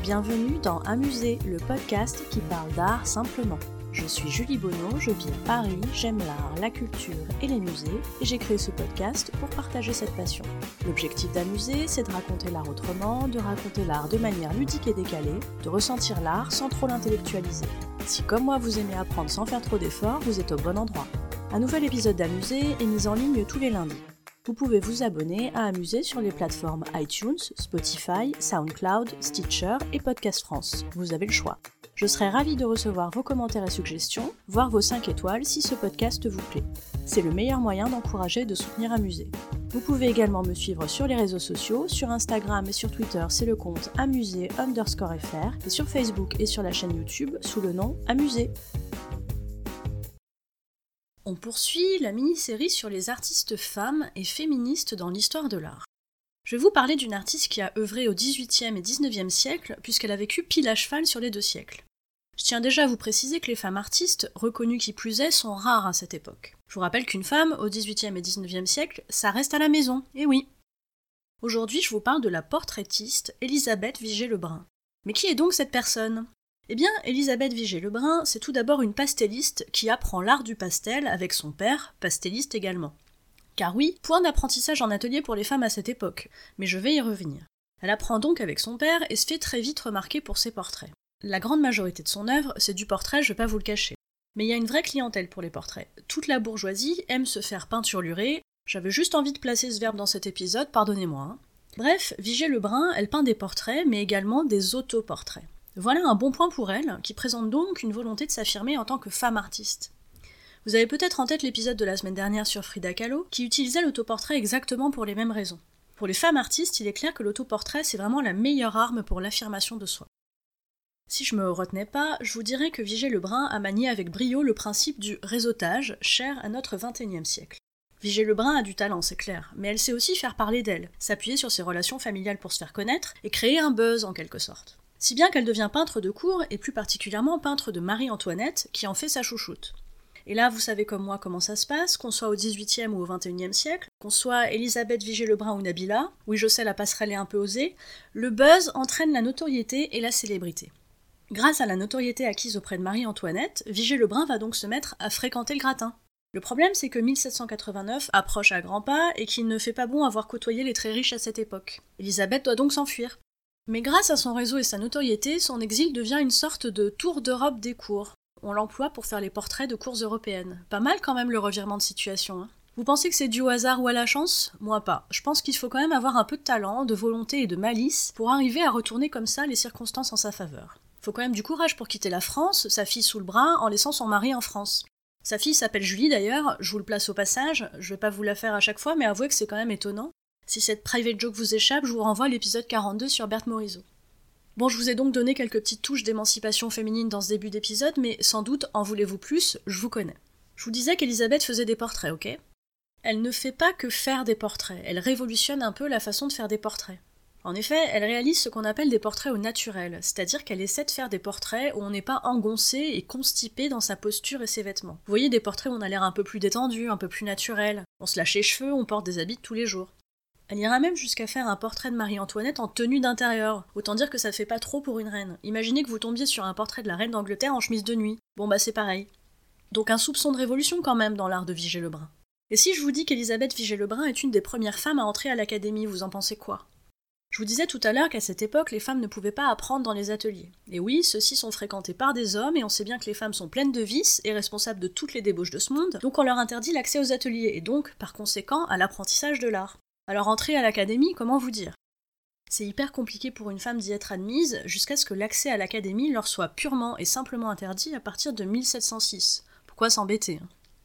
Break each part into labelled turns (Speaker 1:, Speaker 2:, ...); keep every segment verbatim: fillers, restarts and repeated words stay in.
Speaker 1: bienvenue dans Amuser, le podcast qui parle d'art simplement. Je suis Julie Bonneau, je vis à Paris, j'aime l'art, la culture et les musées, et j'ai créé ce podcast pour partager cette passion. L'objectif d'Amuser, c'est de raconter l'art autrement, de raconter l'art de manière ludique et décalée, de ressentir l'art sans trop l'intellectualiser. Si comme moi vous aimez apprendre sans faire trop d'efforts, vous êtes au bon endroit. Un nouvel épisode d'Amuser est mis en ligne tous les lundis. Vous pouvez vous abonner à Amuser sur les plateformes iTunes, Spotify, SoundCloud, Stitcher et Podcast France. Vous avez le choix. Je serai ravie de recevoir vos commentaires et suggestions, voire vos cinq étoiles si ce podcast vous plaît. C'est le meilleur moyen d'encourager et de soutenir Amuser. Vous pouvez également me suivre sur les réseaux sociaux, sur Instagram et sur Twitter, c'est le compte amuser underscore fr, et sur Facebook et sur la chaîne YouTube sous le nom Amuser. On poursuit la mini-série sur les artistes femmes et féministes dans l'histoire de l'art. Je vais vous parler d'une artiste qui a œuvré au dix-huitième et dix-neuvième siècle, puisqu'elle a vécu pile à cheval sur les deux siècles. Je tiens déjà à vous préciser que les femmes artistes, reconnues qui plus est, sont rares à cette époque. Je vous rappelle qu'une femme, au dix-huitième et dix-neuvième siècle, ça reste à la maison, et oui. Aujourd'hui, je vous parle de la portraitiste Élisabeth Vigée-Lebrun. Mais qui est donc cette personne ? Eh bien, Élisabeth Vigée-Lebrun, c'est tout d'abord une pastelliste qui apprend l'art du pastel avec son père, pastelliste également. Car oui, point d'apprentissage en atelier pour les femmes à cette époque, mais je vais y revenir. Elle apprend donc avec son père et se fait très vite remarquer pour ses portraits. La grande majorité de son œuvre, c'est du portrait, je vais pas vous le cacher. Mais il y a une vraie clientèle pour les portraits. Toute la bourgeoisie aime se faire peinturlurer. J'avais juste envie de placer ce verbe dans cet épisode, pardonnez-moi. Hein. Bref, Vigée-Lebrun, elle peint des portraits, mais également des autoportraits. Voilà un bon point pour elle, qui présente donc une volonté de s'affirmer en tant que femme artiste. Vous avez peut-être en tête l'épisode de la semaine dernière sur Frida Kahlo, qui utilisait l'autoportrait exactement pour les mêmes raisons. Pour les femmes artistes, il est clair que l'autoportrait, c'est vraiment la meilleure arme pour l'affirmation de soi. Si je me retenais pas, je vous dirais que Vigée-Lebrun a manié avec brio le principe du réseautage, cher à notre vingt et unième siècle. Vigée-Lebrun a du talent, c'est clair, mais elle sait aussi faire parler d'elle, s'appuyer sur ses relations familiales pour se faire connaître, et créer un buzz en quelque sorte. Si bien qu'elle devient peintre de cour, et plus particulièrement peintre de Marie-Antoinette, qui en fait sa chouchoute. Et là, vous savez comme moi comment ça se passe, qu'on soit au dix-huitième ou au vingt et unième siècle, qu'on soit Élisabeth Vigée-Lebrun ou Nabila, oui je sais la passerelle est un peu osée, le buzz entraîne la notoriété et la célébrité. Grâce à la notoriété acquise auprès de Marie-Antoinette, Vigée-Lebrun va donc se mettre à fréquenter le gratin. Le problème c'est que mille sept cent quatre-vingt-neuf approche à grands pas et qu'il ne fait pas bon avoir côtoyé les très riches à cette époque. Élisabeth doit donc s'enfuir. Mais grâce à son réseau et sa notoriété, son exil devient une sorte de tour d'Europe des cours. On l'emploie pour faire les portraits de cours européennes. Pas mal quand même le revirement de situation. Hein. Vous pensez que c'est dû au hasard ou à la chance ? Moi pas. Je pense qu'il faut quand même avoir un peu de talent, de volonté et de malice pour arriver à retourner comme ça les circonstances en sa faveur. Faut quand même du courage pour quitter la France, sa fille sous le bras, en laissant son mari en France. Sa fille s'appelle Julie d'ailleurs, je vous le place au passage, je vais pas vous la faire à chaque fois, mais avouez que c'est quand même étonnant. Si cette private joke vous échappe, je vous renvoie à l'épisode quarante-deux sur Berthe Morisot. Bon, je vous ai donc donné quelques petites touches d'émancipation féminine dans ce début d'épisode, mais sans doute, en voulez-vous plus, je vous connais. Je vous disais qu'Élisabeth faisait des portraits, ok ? Elle ne fait pas que faire des portraits, elle révolutionne un peu la façon de faire des portraits. En effet, elle réalise ce qu'on appelle des portraits au naturel, c'est-à-dire qu'elle essaie de faire des portraits où on n'est pas engoncé et constipé dans sa posture et ses vêtements. Vous voyez, des portraits où on a l'air un peu plus détendu, un peu plus naturel. On se lâche les cheveux, on porte des habits de tous les jours. Elle ira même jusqu'à faire un portrait de Marie-Antoinette en tenue d'intérieur. Autant dire que ça fait pas trop pour une reine. Imaginez que vous tombiez sur un portrait de la reine d'Angleterre en chemise de nuit. Bon bah c'est pareil. Donc un soupçon de révolution quand même dans l'art de Vigée-Lebrun. Et si je vous dis qu'Élisabeth Vigée-Lebrun est une des premières femmes à entrer à l'académie, vous en pensez quoi ? Je vous disais tout à l'heure qu'à cette époque, les femmes ne pouvaient pas apprendre dans les ateliers. Et oui, ceux-ci sont fréquentés par des hommes, et on sait bien que les femmes sont pleines de vices et responsables de toutes les débauches de ce monde, donc on leur interdit l'accès aux ateliers, et donc, par conséquent, à l'apprentissage de l'art. Alors entrer à l'académie, comment vous dire ? C'est hyper compliqué pour une femme d'y être admise, jusqu'à ce que l'accès à l'académie leur soit purement et simplement interdit à partir de mille sept cent six. Pourquoi s'embêter hein ?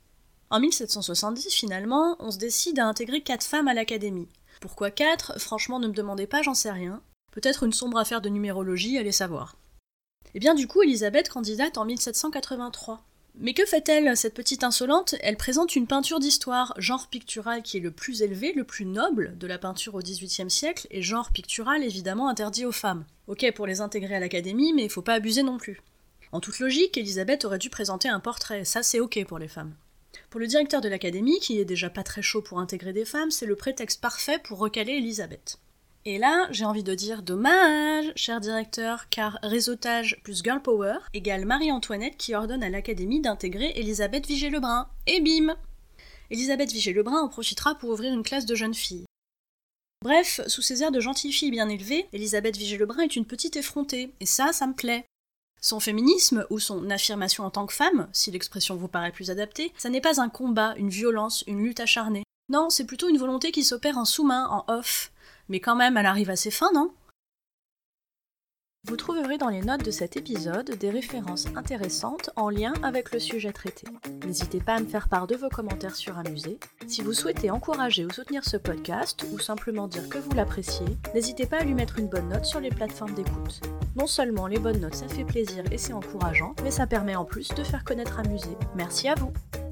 Speaker 1: En mille sept cent soixante-dix, finalement, on se décide à intégrer quatre femmes à l'académie. Pourquoi quatre ? Franchement, ne me demandez pas, j'en sais rien. Peut-être une sombre affaire de numérologie, allez savoir. Et bien du coup, Élisabeth candidate en mille sept cent quatre-vingt-trois. Mais que fait-elle, cette petite insolente ? Elle présente une peinture d'histoire, genre pictural qui est le plus élevé, le plus noble de la peinture au dix-huitième siècle, et genre pictural évidemment interdit aux femmes. Ok pour les intégrer à l'académie, mais faut pas abuser non plus. En toute logique, Élisabeth aurait dû présenter un portrait, ça c'est ok pour les femmes. Pour le directeur de l'académie, qui est déjà pas très chaud pour intégrer des femmes, c'est le prétexte parfait pour recaler Élisabeth. Et là, j'ai envie de dire dommage, cher directeur, car réseautage plus girl power égale Marie-Antoinette qui ordonne à l'Académie d'intégrer Elisabeth Vigée-Lebrun. Et bim! Elisabeth Vigée-Lebrun en profitera pour ouvrir une classe de jeunes filles. Bref, sous ses airs de gentille fille bien élevée, Elisabeth Vigée-Lebrun est une petite effrontée, et ça, ça me plaît. Son féminisme, ou son affirmation en tant que femme, si l'expression vous paraît plus adaptée, ça n'est pas un combat, une violence, une lutte acharnée. Non, c'est plutôt une volonté qui s'opère en sous-main, en off. Mais quand même, elle arrive à ses fins, non ? Vous trouverez dans les notes de cet épisode des références intéressantes en lien avec le sujet traité. N'hésitez pas à me faire part de vos commentaires sur Amusé. Si vous souhaitez encourager ou soutenir ce podcast, ou simplement dire que vous l'appréciez, n'hésitez pas à lui mettre une bonne note sur les plateformes d'écoute. Non seulement les bonnes notes ça fait plaisir et c'est encourageant, mais ça permet en plus de faire connaître Amusé. Merci à vous!